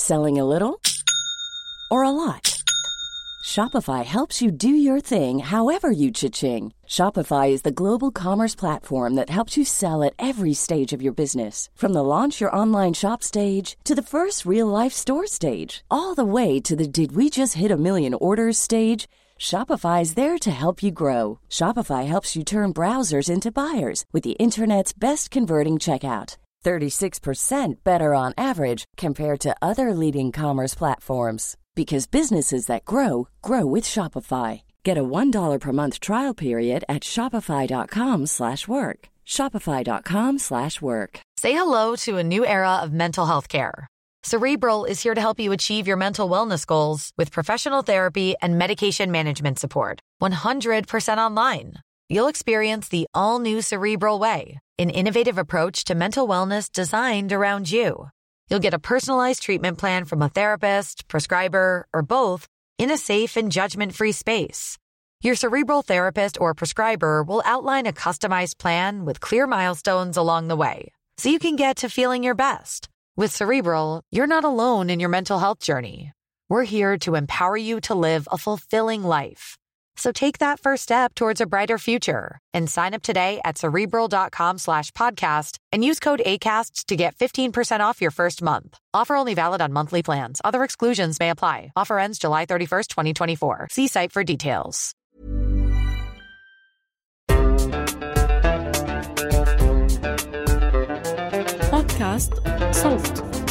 Selling a little or a lot? Shopify helps you do your thing however you cha-ching. Shopify is the global commerce platform that helps you sell at every stage of your business. From the launch your online shop stage to the first real-life store stage, all the way to the did we just hit a million orders stage. Shopify is there to help you grow. Shopify helps you turn browsers into buyers with the internet's best converting checkout. 36% better on average compared to other leading commerce platforms. Because businesses that grow, grow with Shopify. Get a $1 per month trial period at shopify.com/work. Shopify.com/work. Say hello to a new era of mental health care. Cerebral is here to help you achieve your mental wellness goals with professional therapy and medication management support. 100% online. You'll experience the all-new Cerebral Way, an innovative approach to mental wellness designed around you. You'll get a personalized treatment plan from a therapist, prescriber, or both in a safe and judgment-free space. Your Cerebral therapist or prescriber will outline a customized plan with clear milestones along the way, so you can get to feeling your best. With Cerebral, you're not alone in your mental health journey. We're here to empower you to live a fulfilling life. So take that first step towards a brighter future and sign up today at Cerebral.com/podcast and use code ACAST to get 15% off your first month. Offer only valid on monthly plans. Other exclusions may apply. Offer ends July 31st, 2024. See site for details. بودكاست صوت.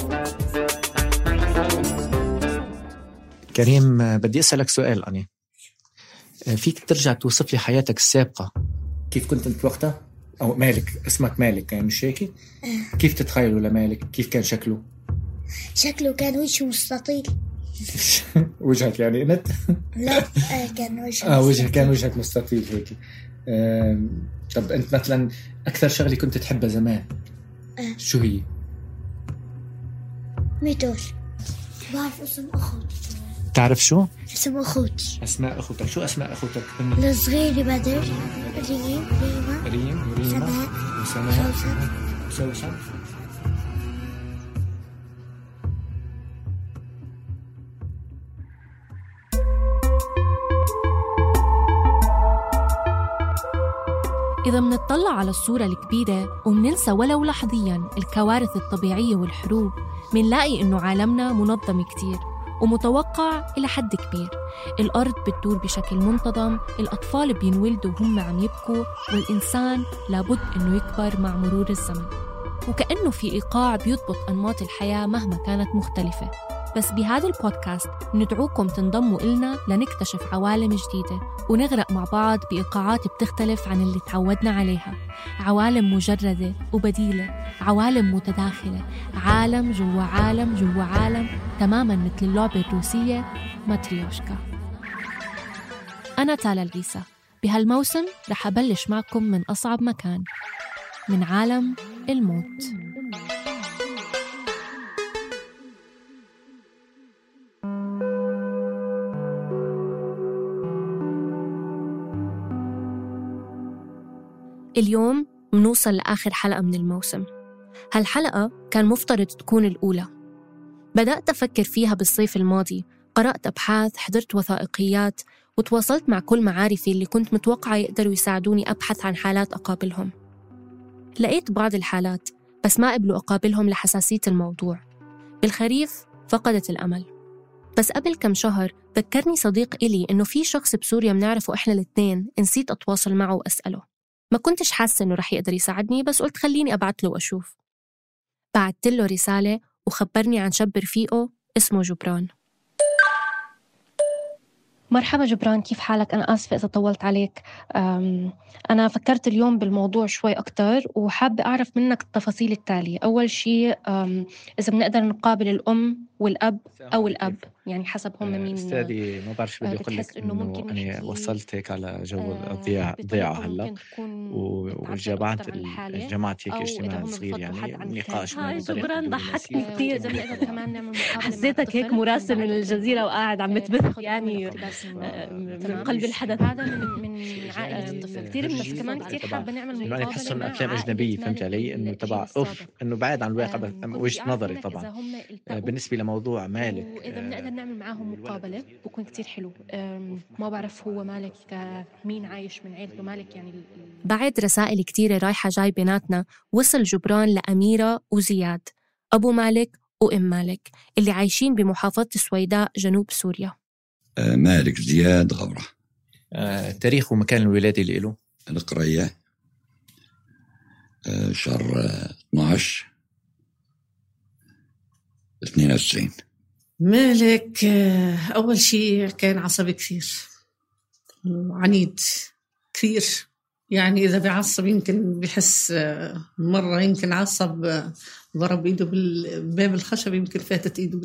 كريم، بدي أسألك سؤال. أنا فيك ترجع توصف لي حياتك السابقة؟ كيف كنت أنت وقتها؟ أو مالك، اسمك مالك يعني مش هيك؟ كيف تتخيلوا لمالك؟ كيف كان شكله؟ شكله كان وجهه مستطيل. وجهك يعني أنت؟ لا كان وجهه كان وجهك مستطيل هيك. طب أنت مثلا أكثر شغلة كنت تحبها زمان شو هي؟ ميتول. بعرف اسم أخوتي. تعرف شو؟ اسم أخوتي. أسماء أخوتك. شو أسماء أخوتك؟ الصغير بدر، ريم، سماء، سوسن. إذا منطلع على الصورة الكبيرة ومننسى ولو لحظياً الكوارث الطبيعية والحروب، منلاقي إنه عالمنا منظم كتير ومتوقع إلى حد كبير. الأرض بتدور بشكل منتظم، الأطفال بينولدوا وهم عم يبكوا، والإنسان لابد إنه يكبر مع مرور الزمن. وكأنه في إيقاع بيضبط أنماط الحياة مهما كانت مختلفة. بس بهذا البودكاست ندعوكم تنضموا إلنا لنكتشف عوالم جديدة ونغرق مع بعض بإيقاعات بتختلف عن اللي تعودنا عليها. عوالم مجردة وبديلة، عوالم متداخلة، عالم جوا عالم جوا عالم، تماماً مثل اللعبة الروسية ماتريوشكا. أنا تالا العيسى. بهالموسم رح أبلش معكم من أصعب مكان، من عالم الموت. اليوم منوصل لآخر حلقة من الموسم. هالحلقة كان مفترض تكون الأولى. بدأت أفكر فيها بالصيف الماضي، قرأت أبحاث، حضرت وثائقيات، وتواصلت مع كل معارفي اللي كنت متوقعة يقدروا يساعدوني أبحث عن حالات أقابلهم. لقيت بعض الحالات بس ما قبلوا أقابلهم لحساسية الموضوع. بالخريف فقدت الأمل. بس قبل كم شهر ذكرني صديق إلي إنه في شخص بسوريا منعرفه إحنا الاثنين، نسيت أتواصل معه وأسأله. ما كنتش حاسة إنه رح يقدر يساعدني، بس قلت خليني أبعت له وأشوف. بعت له رسالة وخبرني عن شاب رفيقه اسمه جبران. مرحبا جبران، كيف حالك؟ أنا آسفة إذا طولت عليك. أنا فكرت اليوم بالموضوع شوي أكتر وحابة أعرف منك التفاصيل التالية. أول شيء، إذا بنقدر نقابل الأم والأب أو الأب، يعني حسب هم مين. أستاذي ما بعرف شو بدي أقول لك، إنه أنا وصلت هيك على جو الضيعة هلا، والجامعات هيك اجتماع صغير، يعني نقاش. جبران ضحكني كثير. حسيتك هيك مراسل من الجزيرة وقاعد عم بتبث يعني من قلب الحدث. هذا من عائلة الطفل كثير، بس كمان كثير حابة نعمل مقابلة. يعني بحسن أفلام أجنبية، فهمت علي؟ إنه تبع إنه بعيد عن الواقع، وجهة نظري طبعا. بالنسبة موضوع مالك وإذا بنقدر نعمل معاهم مقابلة بكون كتير حلو. ما بعرف هو مالك مين عايش من عيلته مالك يعني. بعد رسائل كتيرة رايحة جاي بيناتنا وصل جبران لأميرة وزياد أبو مالك وإم مالك اللي عايشين بمحافظة السويداء جنوب سوريا. مالك زياد غبرة. تاريخ ومكان الولادة اللي له؟ القرية، شهر 12 92. مالك أول شيء كان عصبي كثير وعنيد كثير، يعني إذا بعصب يمكن بحس مرة يمكن عصب ضرب إيده بالباب الخشب يمكن فاتت إيده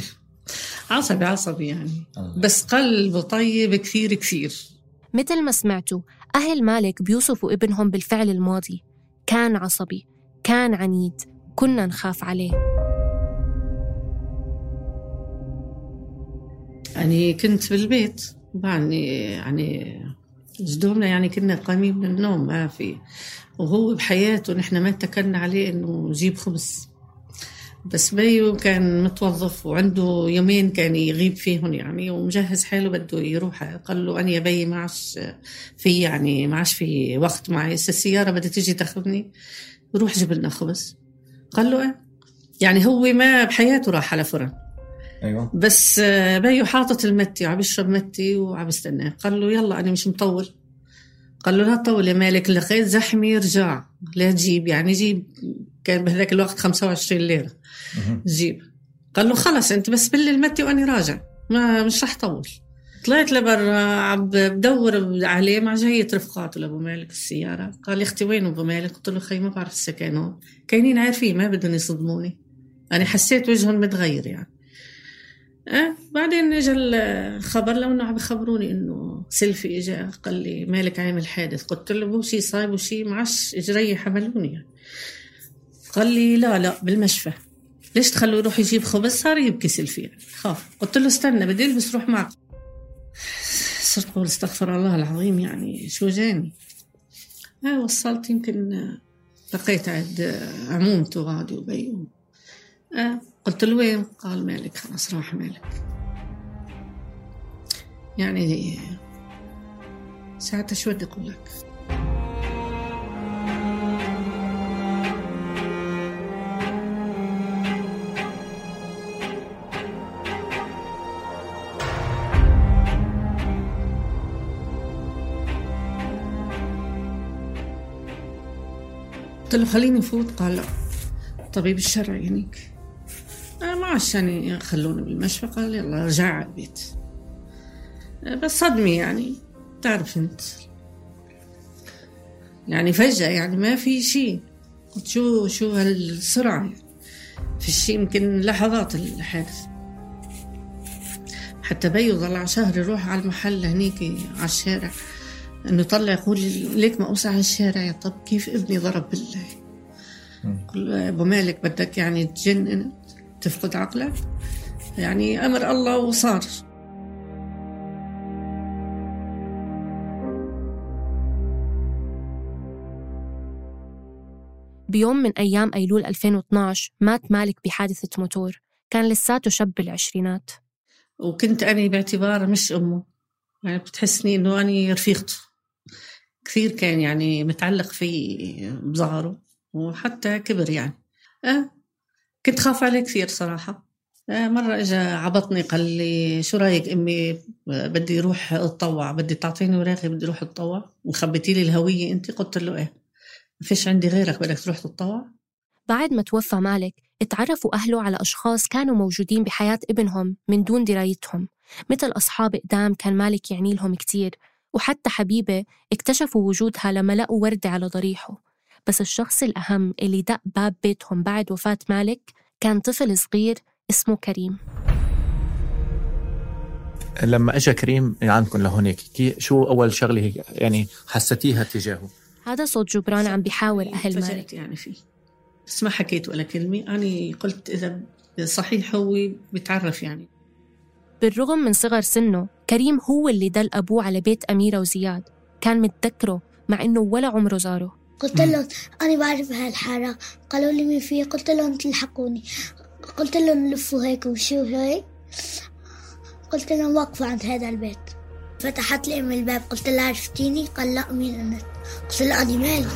عصبي يعني. بس قلبه طيب كثير كثير. مثل ما سمعتوا أهل مالك بيوصفوا ابنهم بالفعل الماضي، كان عصبي، كان عنيد، كنا نخاف عليه. يعني كنت بالبيت يعني جدومنا يعني كنا قايمين من النوم ما في، وهو بحياته نحن ما اتكلنا عليه إنه يجيب خبز، بس بيو كان متوظف وعنده يومين كان يغيب فيهم يعني ومجهز حاله بده يروح. قال له أنا يا بي ما عادش في وقت معي، السيارة بدها تيجي تاخذني روح جيب لنا خبز. قال له يعني هو ما بحياته راح على فرن. أيوة. بس بيو حاطط المتي وعم يشرب متي وعم يستناه. قال له يلا أنا مش مطول. قال له لا طول يا مالك، لقيت زحمة رجع لا تجيب يعني جيب. كان بهذاك الوقت 25 ليرة جيب. قال له خلص انت بس بلي المتي واني راجع مش رح طول. طلعت لبرا عم بدور عليه مع جاية رفقاته لابو مالك السيارة. قال لي اختي وين ابو مالك؟ قلت له خي ما بعرف السكن هون، كاينين عارفين ما بدهم يصدموني. انا حسيت وجههم متغير يعني. بعدين اجى الخبر لو انه عم يخبروني انه سيلفي اجى قال لي مالك عامل حادث. قلت له بو شي صايب وشي معش اجري حملوني يعني. قال لي لا بالمشفى. ليش تخلوه يروح يجيب خبز؟ صار يبكي سيلفي يعني خاف. قلت له استنى بدي البس روح معك. صرت قول استغفر الله العظيم يعني شو جاني. وصلت يمكن لقيت عند عمومته غادي وبي. قلت له وين؟ قال مالك خلاص راح مالك. يعني ساعتها شو بدي اقول لك. قلت له خليني فوت. قال لا طبيب الشرعي هنيك ما عشان خلوني بالمشفى. قال يلا رجع على البيت. بس صدمة يعني تعرف انت يعني فجأة يعني ما في شيء. قلت شو هالسرعة يعني. في الشيء يمكن لحظات الحادث. حتى بيو ضل شهر يروح على المحل هنيك على الشارع انه طلع يقول ليك ما اوسع الشارع. طب كيف ابني ضرب بالله؟ قل ابو مالك بدك يعني تجنن تفقد عقلك يعني. امر الله وصار. بيوم من أيام أيلول 2012 مات مالك بحادثة موتور. كان لساته شاب بالعشرينات. وكنت أنا باعتبار مش أمه يعني بتحسني إنه أنا رفيقته كثير. كان يعني متعلق في بظهره وحتى كبر يعني. كنت خاف عليه كثير صراحة. مرة إجا عبطني قال لي شو رأيك أمي بدي أروح أتطوع، بدي تعطيني وراقي بدي أروح أتطوع وخبتي لي الهوية أنت؟ قلت له إيه ما فيش عندي غيرك بدك تروح تتطوع. بعد ما توفى مالك اتعرفوا أهله على أشخاص كانوا موجودين بحياة ابنهم من دون درايتهم، مثل أصحاب إقدام كان مالك يعني لهم كتير، وحتى حبيبة اكتشفوا وجودها لما لقوا وردة على ضريحه. بس الشخص الأهم اللي دق باب بيتهم بعد وفاة مالك كان طفل صغير اسمه كريم. لما أجا كريم عندكم لهونيك شو أول شغلة يعني حسيتيها تجاهه؟ هذا صوت جبران عم بيحاور أهل مالك يعني فيه، بس ما حكيت ولا كلمة. أنا قلت إذا صحيح هو بيتعرف يعني. بالرغم من صغر سنه كريم هو اللي دل أبوه على بيت أميرة وزياد، كان متذكره مع إنه ولا عمره زاره. قلت لهم أنا بعرف هالحارة، قالوا لي مين فيه؟ قلت لهم تلحقوني. قلت له نلفه هيك وشو هيك. قلت له واقفة عند هذا البيت. فتحت لي أمي الباب. قلت لها عرفتيني؟ قال لا مين أنت؟ قلت له أنا مالي.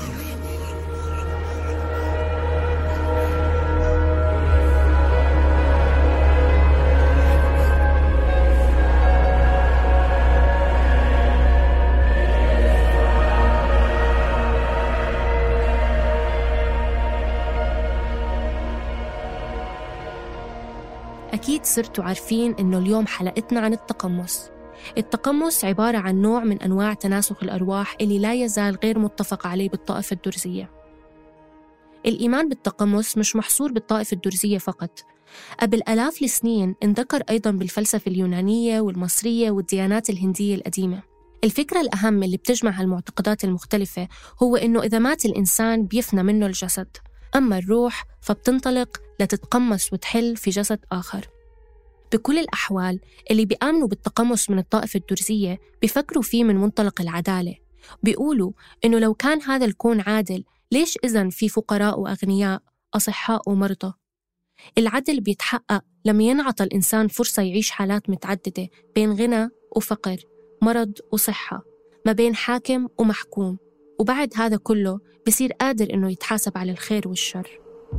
أكيد صرتوا عارفين إنه اليوم حلقتنا عن التقمص. التقمص عبارة عن نوع من أنواع تناسخ الأرواح اللي لا يزال غير متفق عليه بالطائفة الدرزية. الإيمان بالتقمص مش محصور بالطائفة الدرزية فقط. قبل آلاف السنين انذكر أيضاً بالفلسفة اليونانية والمصرية والديانات الهندية القديمة. الفكرة الأهم اللي بتجمع هالمعتقدات المختلفة هو إنه إذا مات الإنسان بيفنى منه الجسد، أما الروح فبتنطلق لتتقمص وتحل في جسد آخر. بكل الأحوال اللي بيآمنوا بالتقمص من الطائفة الدرزية بيفكروا فيه من منطلق العدالة. بيقولوا إنه لو كان هذا الكون عادل، ليش إذن في فقراء وأغنياء، أصحاء ومرضى؟ العدل بيتحقق لما ينعطى الإنسان فرصة يعيش حالات متعددة بين غنى وفقر، مرض وصحة، ما بين حاكم ومحكوم، وبعد هذا كله بصير قادر إنه يتحاسب على الخير والشر.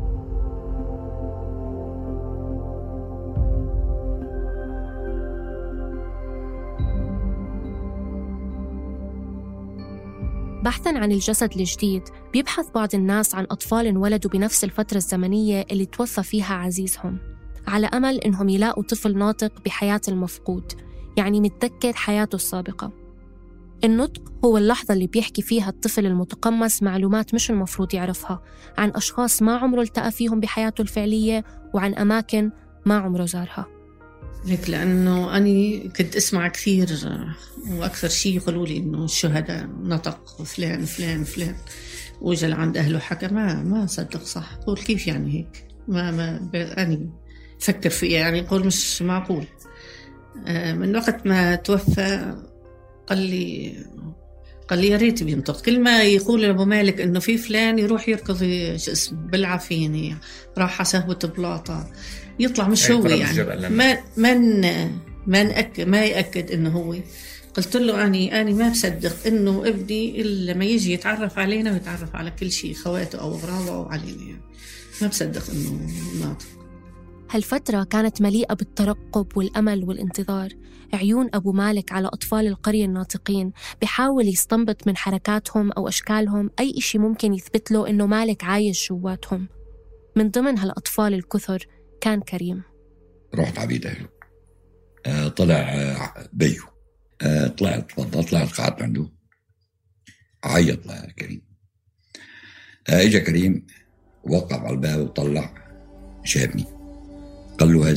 بحثاً عن الجسد الجديد، بيبحث بعض الناس عن أطفال انولدوا بنفس الفترة الزمنية اللي توفى فيها عزيزهم، على أمل إنهم يلاقوا طفل ناطق بحياة المفقود، يعني متذكر حياته السابقة. النطق هو اللحظة اللي بيحكي فيها الطفل المتقمص معلومات مش المفروض يعرفها عن أشخاص ما عمره التقى فيهم بحياته الفعلية، وعن أماكن ما عمره زارها. ليك لأنه أنا كنت أسمع كثير، وأكثر شيء يقولوا لي إنه الشهداء نطق فلان فلان فلان، وجل عند أهله حكى ما صدق. صح، قول كيف يعني هيك؟ ما أنا فكر فيه، يعني يقول مش معقول. من وقت ما توفى قال لي يا ريت بينطق. كل ما يقول لأبو مالك إنه في فلان يروح يركض شو اسمه بالعفيني، راح سهوة بلاطة، يطلع مش هو يعني. ما يأكد إنه هو. قلت له أنا ما بصدق إنه ابني إلا لما يجي يتعرف علينا ويتعرف على كل شيء، خواته أو أغراضه أو علينا، يعني ما بصدق إنه ناطق. هالفترة كانت مليئة بالترقب والأمل والانتظار. عيون أبو مالك على أطفال القرية الناطقين، بيحاول يستنبط من حركاتهم أو أشكالهم أي إشي ممكن يثبت له إنه مالك عايش جواتهم. من ضمن هالأطفال الكثر كان كريم. رحت عبيد أهله، طلع بيو، طلعت قعدت عنده، عيط كريم. إجا كريم وقف على الباب وطلع، شافني، قال له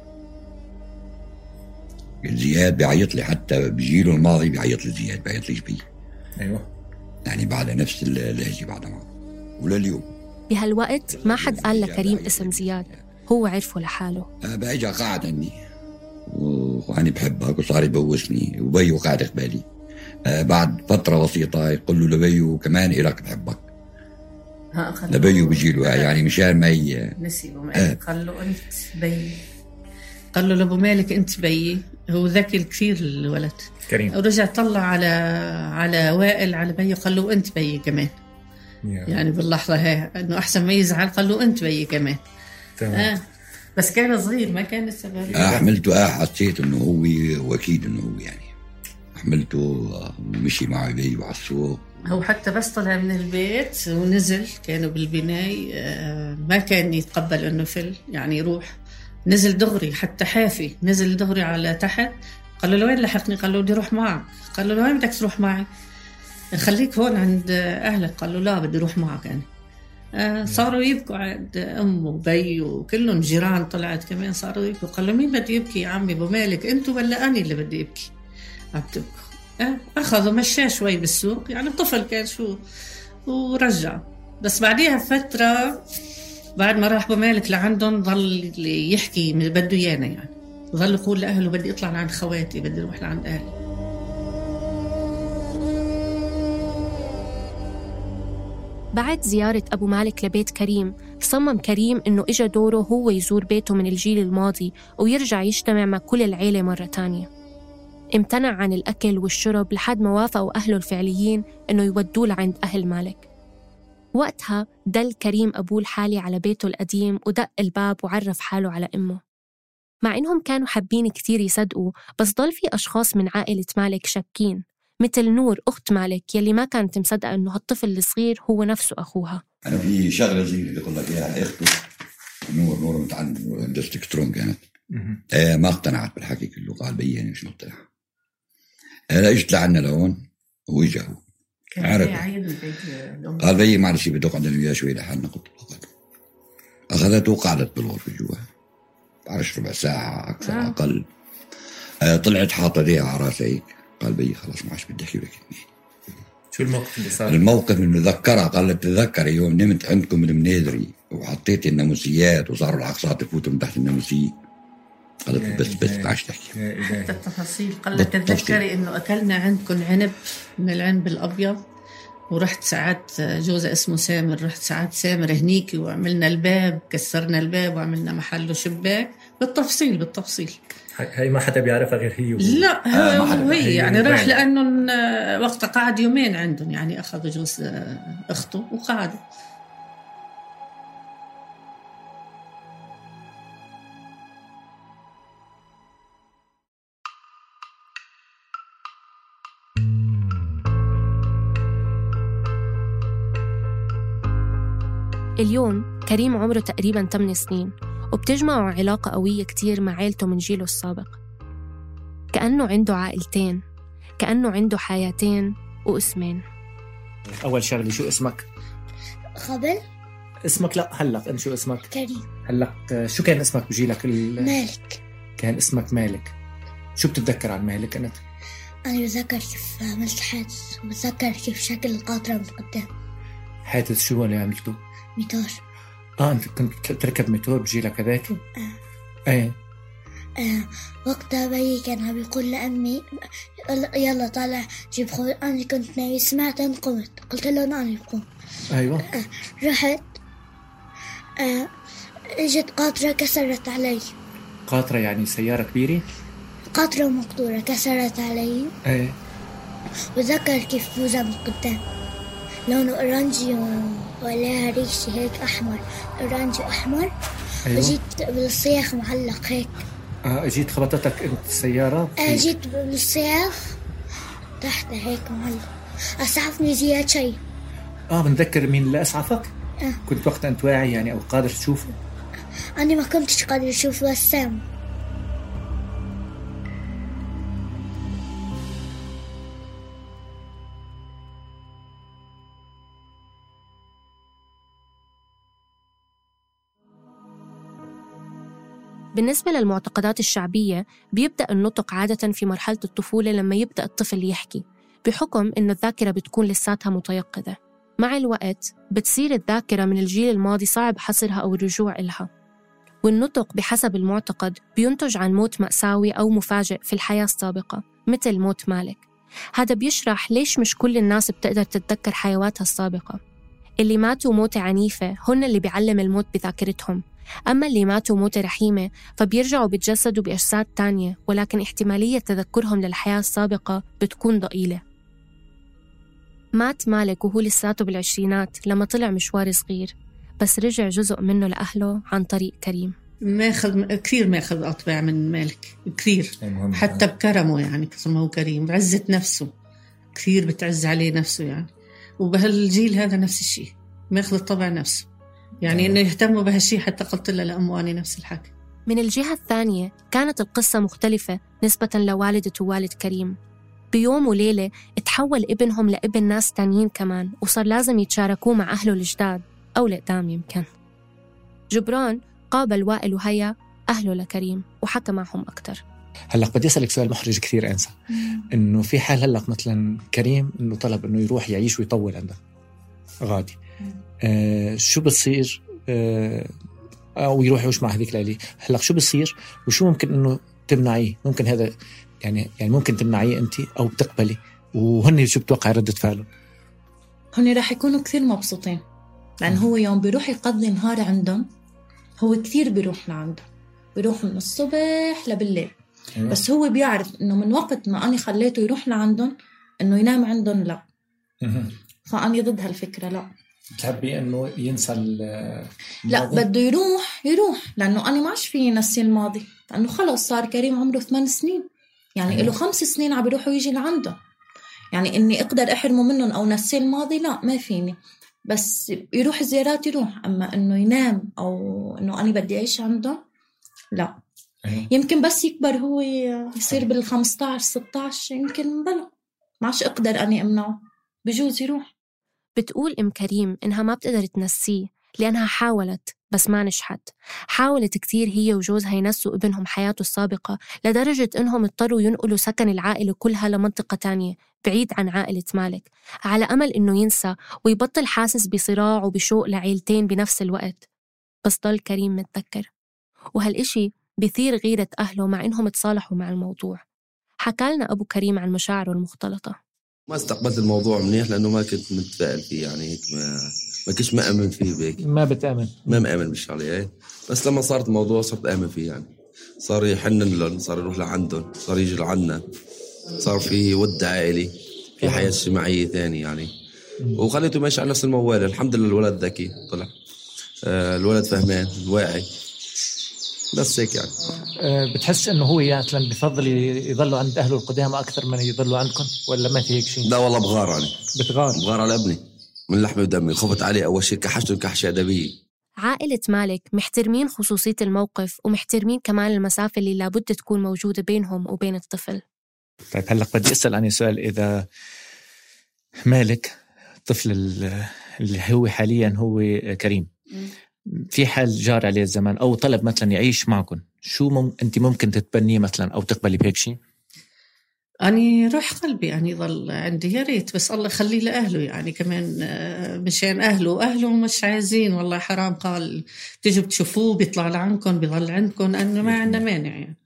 زياد بيعيط لي، حتى بجيله الماضي بيعيط لي زياد، بيعيط لي بيه. أيوة، يعني بعد نفس اللهجة بعد ما ولليوم. بهالوقت ما حد قال لكريم اسم زياد، هو عرفه لحاله. بقى قاعد عني وأنا بحبك، وصار يبوسني، وبيو قاعد قبالي. بعد فترة بسيطة يقول له لبيو كمان إلك بحبك. لبيو بيجيله يعني مشان ما نسي قال له أنت بي، قال له لأبو مالك أنت بي. هو ذكي كثير الولد كريم. ورجع طلع على وائل على بي، قال له أنت بي كمان. يعني باللحظة هي إنه أحسن ما يزعل قال له أنت بي كمان. بس كان صغير ما كان السبب. حملته، حسيت إنه هو، وأكيد إنه هو يعني حملته ومشي معي بي على السوق. هو حتى بس طلع من البيت ونزل، كانوا بالبناي، ما كان يتقبل إنه يعني يروح، نزل دغري، حتى حافي نزل دغري على تحت. قال له لوين لحقني؟ قال له بدي أروح معك. قال له لوين بدك تروح معي؟ خليك هون عند أهلك. قال له لا بدي أروح معك أنا. صاروا يبكوا عند أمه وبي وكلهم جيران طلعت كمان صاروا يبكوا. قال له مين بدي يبكي يا عمي أبو مالك، أنتوا ولا أنا اللي بدي يبكي؟ عم تبكوا. أخذوا مشاه شوي بالسوق، يعني طفل كان شو، ورجع. بس بعديها فترة بعد ما راح أبو مالك لعندهم ظل يحكي بده يانا، يعني ظل يقول لأهله بدي أطلع لعند خواتي، بدي أروح لعند أهلي. بعد زيارة أبو مالك لبيت كريم، صمم كريم إنه إجا دوره هو يزور بيته من الجيل الماضي ويرجع يجتمع مع كل العيلة مرة تانية. امتنع عن الأكل والشرب لحد ما وافقوا أهله الفعليين إنه يودوه لعند أهل مالك. وقتها دل كريم أبوه الحالي على بيته القديم ودق الباب وعرف حاله على أمه. مع إنهم كانوا حابين كتير يصدقوا، بس ضل في أشخاص من عائلة مالك شاكين، مثل نور أخت مالك يلي ما كانت مصدقة إنه هالطفل الصغير هو نفسه أخوها. أنا في شغلة زي اللي أقول لك إياها، أخته نور متعلم دستكترون كانت ما اقتنعت بالحكي كله، قال بيني مش مقتنع. أنا إجت لعنا لهون وإجا هو عرف، قال بيي معلش بدك عندنا وياه شوي لحالنا. قلت له أخذته وقعدت بالغرفة جوا 10 ربع ساعة أكثر أقل. طلعت حاطة ايديها على راسها هيك. قال بيي خلاص ما عادش بدي أحكي لك. شو الموقف اللي صار؟ الموقف إنه ذكرها، قالت تذكر يوم نمت عندكم من منادري وحطيت الناموسيات وصاروا العقصات يفوتوا من تحت الناموسية. قالت بس ما عادش تحكي حتى التفاصيل. قالت تذكري إنه أكلنا عندكم عنب من العنب الأبيض، ورحت ساعات جوزة اسمه سامر، رحت ساعات سامر هنيك وعملنا الباب، كسرنا الباب وعملنا محله شباك. بالتفصيل هاي ما حدا بيعرفها غير هي لا هي يعني راح لأنه وقت قعد يومين عندهم، يعني أخذوا جوز أخته وقعدوا. اليوم كريم عمره تقريباً 8 سنين، وبتجمعه علاقة قوية كتير مع عيلته من جيله السابق. كأنه عنده عائلتين، كأنه عنده حياتين واسمين. أول شغلة، شو اسمك؟ قبل اسمك؟ لا هلق. أنت شو اسمك؟ كريم. هلق شو كان اسمك بجيلك؟ مالك. كان اسمك مالك. شو بتتذكر عن مالك أنت؟ أنا بتذكر كيف عملت حادث، وبتذكر كيف شكل القاطرة من قدام. حادث شو اللي عملته؟ ميتور. أنت كنت تركب ميتور بجيلك هذاك؟ إيه. وقتها بيي كان عم يقول لأمي يلا طالع جيب خبز. أنا كنت نايم، سمعت قمت، قلت له أنا بقوم. أيوة. رحت اجت قاطرة كسرت علي. قاطرة يعني سيارة كبيرة؟ قاطرة مقطورة كسرت علي. ايه. وذكر كيف بوزة من قدام لونه أورانجي وعليها ريشي هيك أحمر، أورانجي وأحمر. أيوة. وجيت بالصياخ معلق هيك. جيت خبطتك انت السيارة؟ جيت بالصياخ تحت هيك معلق. أسعفني زياد شيء. بنذكر مين اللي أسعفك؟ كنت وقت أنت واعي يعني أو قادر تشوفه؟ أنا ما كنتش قادر أشوف وسام. بالنسبة للمعتقدات الشعبية، بيبدأ النطق عادة في مرحلة الطفولة لما يبدأ الطفل يحكي، بحكم إنه الذاكرة بتكون لساتها متيقظة. مع الوقت بتصير الذاكرة من الجيل الماضي صعب حصرها أو الرجوع إلها، والنطق بحسب المعتقد بينتج عن موت مأساوي أو مفاجئ في الحياة السابقة مثل موت مالك. هذا بيشرح ليش مش كل الناس بتقدر تتذكر حيواتها السابقة. اللي ماتوا موتة عنيفة هن اللي بيعلم الموت بذاكرتهم، أما اللي ماتوا موتة رحيمة فبيرجعوا بيتجسدوا بأجساد تانية، ولكن احتمالية تذكرهم للحياة السابقة بتكون ضئيلة. مات مالك وهو لساته بالعشرينات لما طلع مشوار صغير، بس رجع جزء منه لأهله عن طريق كريم. كثير ماخذ أطباع من مالك كثير، حتى بكرمه يعني كسمه كريم، بعزة نفسه كثير، بتعز عليه نفسه يعني. وبهالجيل هذا نفس الشيء، ماخذ الطبع نفسه يعني إنه يهتموا بهالشيء. حتى قلت له لأمواني نفس الحكي. من الجهة الثانية كانت القصة مختلفة نسبة لوالدة ووالد كريم. بيوم وليلة اتحول ابنهم لابن ناس تانيين كمان، وصار لازم يتشاركوه مع أهله الجداد أو الأقدام يمكن. جبران قابل وائل وهيا أهله لكريم وحكى معهم أكتر. هلأ بدي أسألك سؤال محرج كثير أنسى، إنه في حال هلأ مثلا كريم إنه طلب إنه يروح يعيش ويطول عندك غادي، شو بتصير؟ أو يروح يعيش مع هذيك ليلي، هلأ شو بتصير وشو ممكن إنه تمنعيه؟ ممكن هذا يعني ممكن تمنعيه أنت أو بتقبلي، وهن شو بتوقع ردة فعله؟ هن راح يكونوا كثير مبسوطين، لأن هو يوم بيروح يقضي نهار عندهم، هو كثير بيروح لعندهم، بيروح من الصبح لبالليل. بس هو بيعرف إنه من وقت ما أنا خليته يروح لعندهم إنه ينام عندهم لا. فأنا ضد هالفكرة. لا تحبي إنه ينسى لا، بده يروح لأنه أنا ما عادش فيني نسي الماضي، لأنه خلص صار كريم عمره 8 سنين، يعني له 5 سنين عم بيروح ويجي لعنده. يعني إني أقدر أحرمه منهم أو نسي الماضي لا، ما فيني. بس يروح زيارات يروح، أما إنه ينام أو إنه أنا بدي أعيش عنده لا. يمكن بس يكبر هو يصير بال15-16 يمكن بلا ما عادش أقدر أني أمنعه، بجوز يروح. بتقول أم كريم إنها ما بتقدر تنسيه لأنها حاولت بس ما نجحت. حاولت كتير هي وجوزها ينسوا ابنهم حياته السابقة، لدرجة إنهم اضطروا ينقلوا سكن العائلة كلها لمنطقة تانية بعيد عن عائلة مالك، على أمل إنه ينسى ويبطل حاسس بصراع وبشوق لعيلتين بنفس الوقت. بس ضل كريم متذكر، وهالإشي بيثير غيرة أهله مع إنهم تصالحوا مع الموضوع. حكالنا أبو كريم عن مشاعره المختلطة. ما استقبلت الموضوع منيح لأنه ما كنت متفائل فيه، يعني هيك ما كنتش مأمن فيه بيك. ما بتأمن؟ ما مأمن بالشغلة. بس لما صارت الموضوع صرت أمن فيه، يعني صار يحنن لهم، صار يروح لعندهم، صار يجي لعنا، صار في ود عائلي، في حياة اجتماعية ثانية يعني. وخليته ماشي على نفس الموال. الحمد لله الولد ذكي طلع، الولد فهمان واعي، بس هيك يعني. بتحس انه هو مثلا بفضل يضلوا عند اهله القدامى اكثر من يضلوا عندكم، ولا ما في هيك شيء؟ لا والله بغار عليه. بغار على ابني من لحمه ودمي، خفت عليه اول شيء، كحشته كحشه ادبيه. عائله مالك محترمين خصوصيه الموقف، ومحترمين كمان المسافه اللي لابد تكون موجوده بينهم وبين الطفل. طيب هلا بدي اسال عن سؤال. اذا مالك الطفل اللي هو حاليا هو كريم، في حال جار عليه الزمان أو طلب مثلا يعيش معكم، شو أنت ممكن تتبنيه مثلا أو تقبلي بهيك شيء؟ أنا روح قلبي يعني يضل عندي، يا ريت بس الله يخليه لأهله، يعني كمان مشان أهله مش عايزين والله حرام، قال تيجوا بتشوفوه بيطلع لعنكم بيضل عندكم، أنه ما عندنا مانع يعني.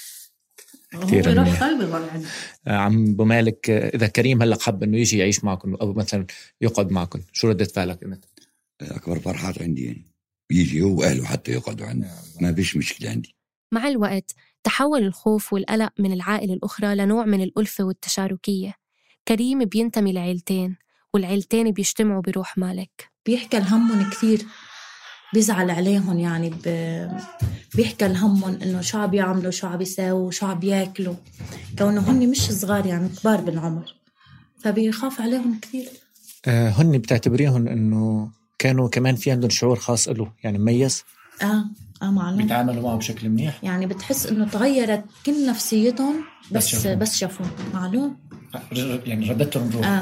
كثير روح قلبي يضل عندي. عم أبو مالك، إذا كريم هلأ حب إنه يجي يعيش معكم أو مثلا يقعد معكم، شو ردة فعلك أنت؟ أكبر فرحات عندي يعني يجي هو وأهله حتى يقعدوا عندنا، ما فيش مشكلة عندي. مع الوقت تحول الخوف والقلق من العائلة الأخرى لنوع من الألفة والتشاركية. كريم بينتمي لعيلتين، والعيلتين بيجتمعوا بروح مالك. بيحكي لهمهم كثير، بيزعل عليهم، يعني بيحكي لهمهم إنه شو عم بيعملوا، شو عم بيساووا، شو عم بياكلوا، كونه هن مش صغار يعني كبار بالعمر، فبيخاف عليهم كثير. هن بتعتبريهم إنه كانوا كمان في عندهم شعور خاص له، يعني مميز؟ معلوم. بيتعاملوا معه بشكل منيح، يعني بتحس إنه تغيرت كل نفسيتهم بس شافوه. معلوم، يعني ردتهم روح.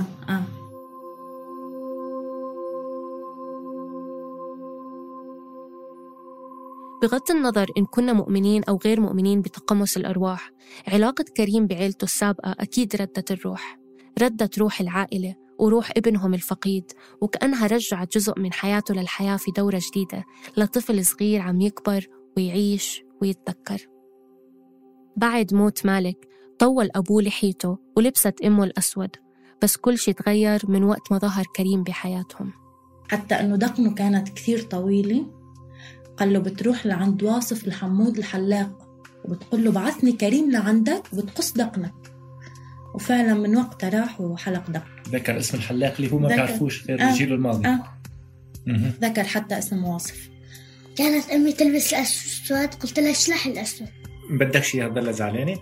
بغض النظر إن كنا مؤمنين أو غير مؤمنين بتقمص الأرواح، علاقة كريم بعيلته السابقة أكيد ردت الروح، ردت روح العائلة وروح ابنهم الفقيد، وكأنها رجعت جزء من حياته للحياة في دورة جديدة لطفل صغير عم يكبر ويعيش ويتذكر. بعد موت مالك طول أبوه لحيته ولبست أمه الأسود، بس كل شيء تغير من وقت ما ظهر كريم بحياتهم. حتى أنه دقنه كانت كثير طويلة، قال له بتروح لعند واصف الحمود الحلاق وبتقول له بعثني كريم لعندك وبتقص دقنك، وفعلا من وقتها راح وحلق دقن. ذكر اسم الحلاق اللي هو ما بيعرفوش غير جيله الماضي. ذكر حتى اسم واصف. كانت أمي تلبس الأسود، قلت لها اشلح الأسود. بدكش اياها تضل زعلانة؟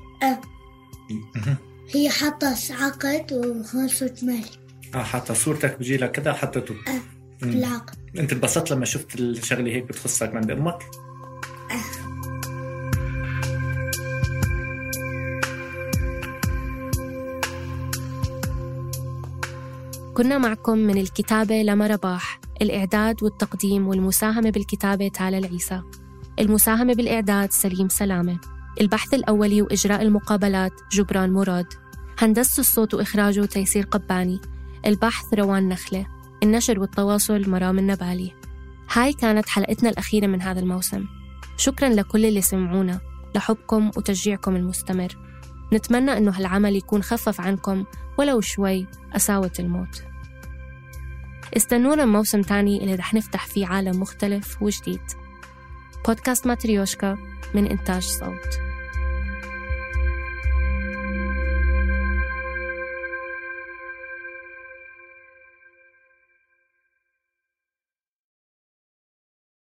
هي حاطة عقد وهون صورة مالك. حاطة صورتك بجيلك كده حطته بالعقد. انت انبسطت لما شفت الشغلة هيك بتخصك عند امك؟ كنا معكم من الكتابة لما رباح، الإعداد والتقديم والمساهمة بالكتابة تالا العيسى، المساهمة بالإعداد سليم سلامة، البحث الأولي وإجراء المقابلات جبران مراد، هندسة الصوت وإخراجه تيسير قباني، البحث روان نخلة، النشر والتواصل مرام النبالي. هاي كانت حلقتنا الأخيرة من هذا الموسم. شكراً لكل اللي سمعونا، لحبكم وتشجيعكم المستمر. نتمنى أنه هالعمل يكون خفف عنكم ولو شوي قساوة الموت. استنونا موسم تاني اللي رح نفتح فيه عالم مختلف وجديد. بودكاست ماتريوشكا من إنتاج صوت.